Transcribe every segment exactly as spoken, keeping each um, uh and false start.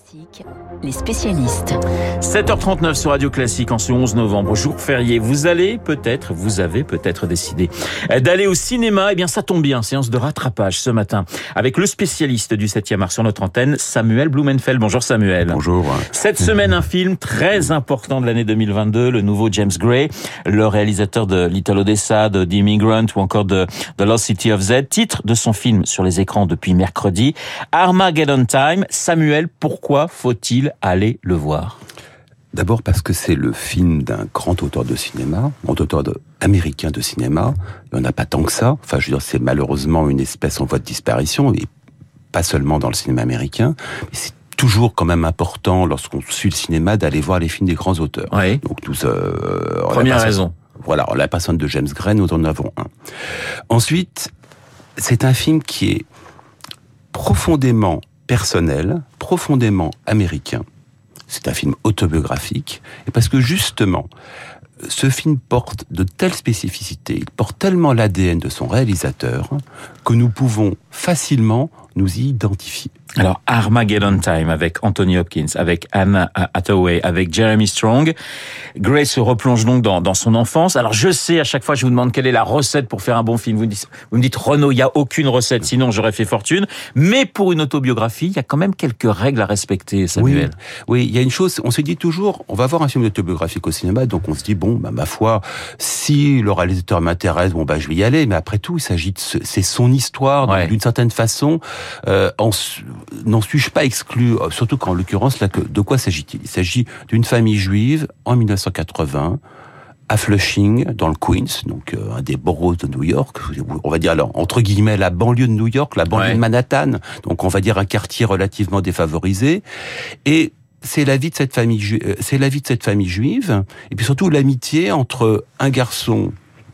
Classique, les spécialistes. sept heures trente-neuf sur Radio Classique en ce onze novembre, jour férié. Vous allez peut-être, vous avez peut-être décidé d'aller au cinéma. Eh bien, ça tombe bien, séance de rattrapage ce matin avec le spécialiste du septième art sur notre antenne, Samuel Blumenfeld. Bonjour Samuel. Bonjour. Cette semaine, un film très important de l'année deux mille vingt-deux, le nouveau James Gray, le réalisateur de Little Odessa, de The Immigrant ou encore de The Lost City of Z. Titre de son film sur les écrans depuis mercredi, Armageddon Time. Samuel, pourquoi faut-il aller le voir ? D'abord parce que c'est le film d'un grand auteur de cinéma, grand auteur de, américain de cinéma. Il n'y en a pas tant que ça. Enfin, je veux dire, c'est malheureusement une espèce en voie de disparition, et pas seulement dans le cinéma américain, mais c'est toujours quand même important, lorsqu'on suit le cinéma, d'aller voir les films des grands auteurs. Oui. Donc, tous, euh, Première la raison. Voilà, la personne de James Gray, nous en avons un. Ensuite, c'est un film qui est profondément personnel, profondément américain. C'est un film autobiographique, et parce que justement, ce film porte de telles spécificités, il porte tellement l'A D N de son réalisateur, que nous pouvons facilement nous y identifier. Alors, Armageddon Time avec Anthony Hopkins, avec Anna Hathaway, avec Jeremy Strong. Gray se replonge donc dans, dans son enfance. Alors, je sais, à chaque fois, je vous demande quelle est la recette pour faire un bon film. Vous me dites, vous me dites Renaud, il n'y a aucune recette, sinon j'aurais fait fortune. Mais pour une autobiographie, il y a quand même quelques règles à respecter, Samuel. Oui, oui, il y a une chose, on se dit toujours, on va voir un film autobiographique au cinéma, donc on se dit, bon, bah, ma foi, si le réalisateur m'intéresse, bon, bah, je vais y aller. Mais après tout, il s'agit de, c'est son histoire, donc, ouais. D'une certaine façon, euh, en, n'en suis-je pas exclu, surtout qu'en l'occurrence, là, que, de quoi s'agit-il ? Il s'agit d'une famille juive en mille neuf cent quatre-vingts, à Flushing, dans le Queens, donc euh, un des boroughs de New York, on va dire alors, entre guillemets la banlieue de New York, la banlieue ouais. de Manhattan, donc on va dire un quartier relativement défavorisé, et c'est la vie de cette famille, ju- c'est la vie de cette famille juive, et puis surtout l'amitié entre un garçon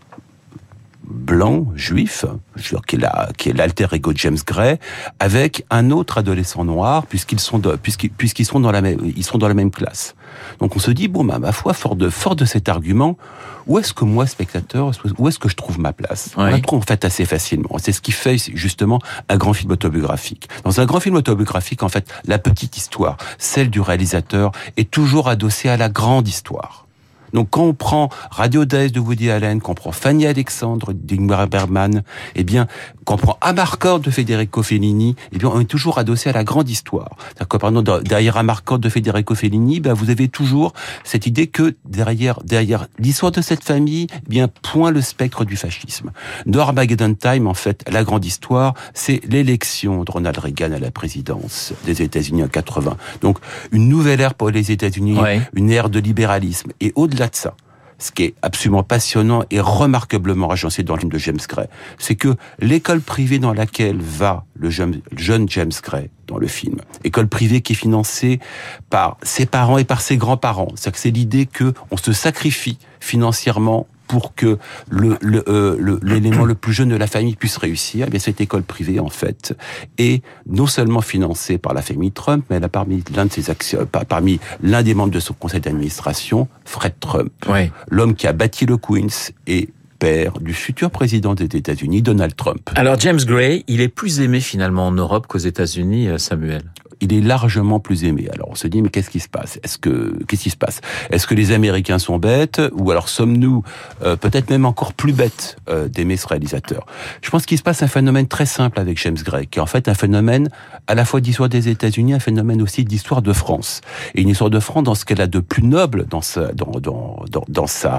blanc, juif, qui est, la, qui est l'alter ego de James Gray, avec un autre adolescent noir, puisqu'ils sont, de, puisqu'ils, puisqu'ils sont dans la même, ils sont dans la même classe. Donc on se dit, bon, bah, ma foi, fort de, fort de cet argument, où est-ce que moi, spectateur, où est-ce que je trouve ma place ? Oui. On la trouve en fait assez facilement. C'est ce qui fait justement un grand film autobiographique. Dans un grand film autobiographique, en fait, la petite histoire, celle du réalisateur, est toujours adossée à la grande histoire. Donc, quand on prend Radio Days de Woody Allen, qu'on prend Fanny Alexandre d'Ingmar Bergman, eh bien, qu'on prend Amarcord de Federico Fellini, eh bien, on est toujours adossé à la grande histoire. C'est-à-dire que, par exemple, derrière Amarcord de Federico Fellini, ben, vous avez toujours cette idée que derrière, derrière l'histoire de cette famille, eh bien, point le spectre du fascisme. Dans Armageddon Time, en fait, la grande histoire, c'est l'élection de Ronald Reagan à la présidence des États-Unis en quatre-vingts. Donc, une nouvelle ère pour les États-Unis, ouais. Une ère de libéralisme. Et au-delà de ça, ce qui est absolument passionnant et remarquablement agencé dans le film de James Gray, c'est que l'école privée dans laquelle va le jeune, jeune James Gray dans le film, école privée qui est financée par ses parents et par ses grands-parents, c'est-à-dire que c'est l'idée que on se sacrifie financièrement pour que le, le, euh, le, l'élément le plus jeune de la famille puisse réussir. Eh bien, cette école privée, en fait, est non seulement financée par la famille Trump, mais elle a parmi l'un de ses actions, parmi l'un des membres de son conseil d'administration, Fred Trump, oui. L'homme qui a bâti le Queens et père du futur président des États-Unis, Donald Trump. Alors, James Gray, il est plus aimé finalement en Europe qu'aux États-Unis, Samuel. Il est largement plus aimé. Alors on se dit, mais qu'est-ce qui se passe ? Est-ce que qu'est-ce qui se passe ? Est-ce que les Américains sont bêtes, ou alors sommes-nous euh, peut-être même encore plus bêtes euh, d'aimer ce réalisateur ? Je pense qu'il se passe un phénomène très simple avec James Gray, qui est en fait un phénomène à la fois d'histoire des États-Unis, un phénomène aussi d'histoire de France, et une histoire de France dans ce qu'elle a de plus noble dans sa dans dans dans, dans sa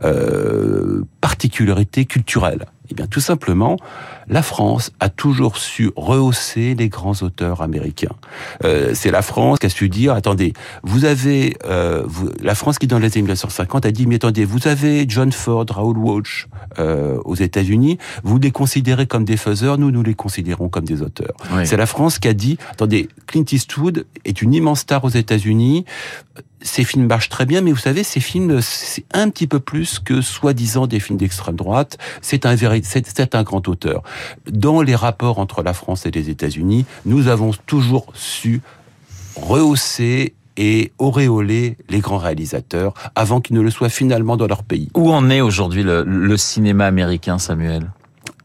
euh, particularité culturelle. Eh bien, tout simplement, la France a toujours su rehausser les grands auteurs américains. Euh, c'est la France qui a su dire, attendez, vous avez... Euh, vous, la France qui, dans les années mille neuf cent cinquante, a dit, mais attendez, vous avez John Ford, Raoul Walsh euh, aux États-Unis, vous les considérez comme des faiseurs, nous, nous les considérons comme des auteurs. Oui. C'est la France qui a dit, attendez, Clint Eastwood est une immense star aux États-Unis, ces films marchent très bien, mais vous savez, ces films, c'est un petit peu plus que soi-disant des films d'extrême droite. C'est un véritable, c'est, c'est un grand auteur. Dans les rapports entre la France et les États-Unis, nous avons toujours su rehausser et auréoler les grands réalisateurs avant qu'ils ne le soient finalement dans leur pays. Où en est aujourd'hui le, le cinéma américain, Samuel ?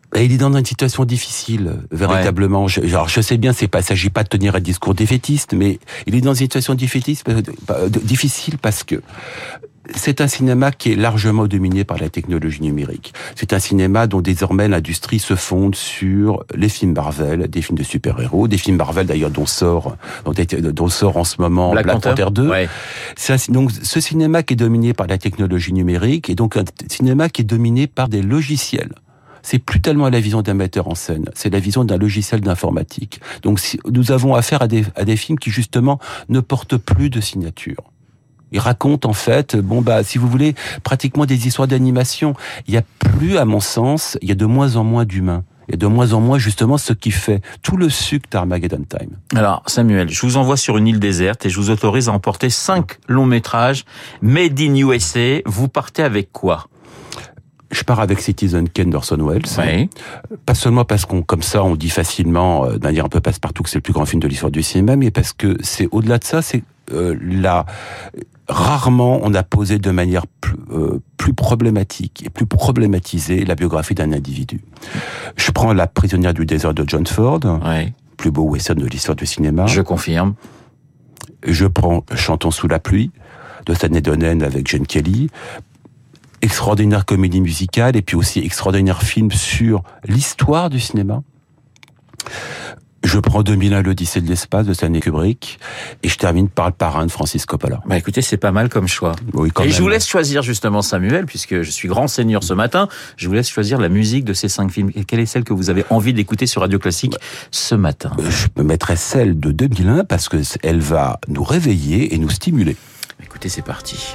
Et il est dans une situation difficile, véritablement. Ouais. Je, genre, je sais bien, c'est pas, s'agit pas de tenir un discours défaitiste, mais il est dans une situation difficile, difficile parce que c'est un cinéma qui est largement dominé par la technologie numérique. C'est un cinéma dont désormais l'industrie se fonde sur les films Marvel, des films de super-héros, des films Marvel d'ailleurs dont sort, dont, dont sort en ce moment Black, Black Panther deux. Ouais. C'est un, donc ce cinéma qui est dominé par la technologie numérique et donc un cinéma qui est dominé par des logiciels. C'est plus tellement la vision d'un metteur en scène, c'est la vision d'un logiciel d'informatique. Donc si, nous avons affaire à des, à des films qui justement ne portent plus de signature. Ils racontent en fait, bon bah si vous voulez, pratiquement des histoires d'animation. Il y a plus, à mon sens, il y a de moins en moins d'humains. Il y a de moins en moins justement ce qui fait tout le sucre d'Armageddon Time. Alors Samuel, je vous envoie sur une île déserte et je vous autorise à emporter cinq longs métrages made in U S A. Vous partez avec quoi ? Je pars avec Citizen Kane d'Orson Welles. Oui. Pas seulement parce qu'on, comme ça, on dit facilement, de manière un peu passe-partout, que c'est le plus grand film de l'histoire du cinéma, mais parce que c'est au-delà de ça, c'est euh, là, rarement on a posé de manière plus, euh, plus problématique et plus problématisée la biographie d'un individu. Je prends La prisonnière du désert de John Ford, oui. Plus beau western de l'histoire du cinéma. Je confirme. Je prends Chantons sous la pluie de Stanley Donen avec Gene Kelly. Extraordinaire comédie musicale et puis aussi extraordinaire film sur l'histoire du cinéma. Je prends deux mille un l'Odyssée de l'espace de Stanley Kubrick et je termine par Le Parrain de Francis Coppola. Bah écoutez, c'est pas mal comme choix. Oui, quand et même. Je vous laisse choisir justement Samuel, puisque je suis grand seigneur ce matin, je vous laisse choisir la musique de ces cinq films. Et quelle est celle que vous avez envie d'écouter sur Radio Classique ce matin ? Je me mettrai celle de deux mille un parce que elle va nous réveiller et nous stimuler. Écoutez, c'est parti.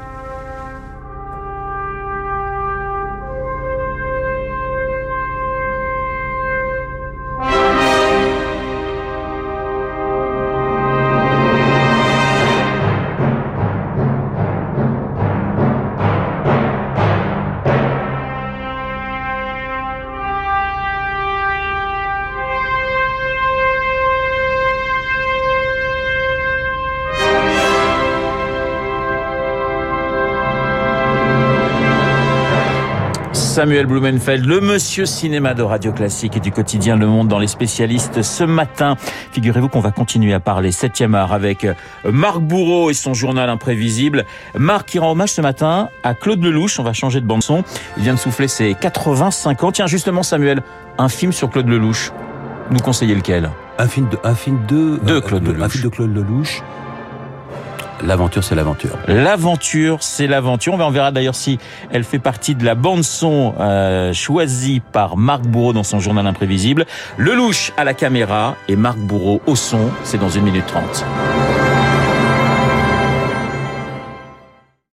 Samuel Blumenfeld, le monsieur cinéma de Radio Classique et du quotidien Le Monde dans les spécialistes ce matin. Figurez-vous qu'on va continuer à parler septième art avec Marc Bourreau et son journal imprévisible. Marc qui rend hommage ce matin à Claude Lelouch. On va changer de bande-son. Il vient de souffler ses quatre-vingt-cinq ans. Tiens, justement, Samuel, un film sur Claude Lelouch. Nous conseillez lequel ? Un film de, un film de, de Claude euh, Lelouch. Un film de Claude Lelouch. L'aventure, c'est l'aventure. L'aventure, c'est l'aventure. On verra d'ailleurs si elle fait partie de la bande-son euh, choisie par Marc Bourreau dans son journal imprévisible. Lelouch à la caméra et Marc Bourreau au son. C'est dans une minute trente.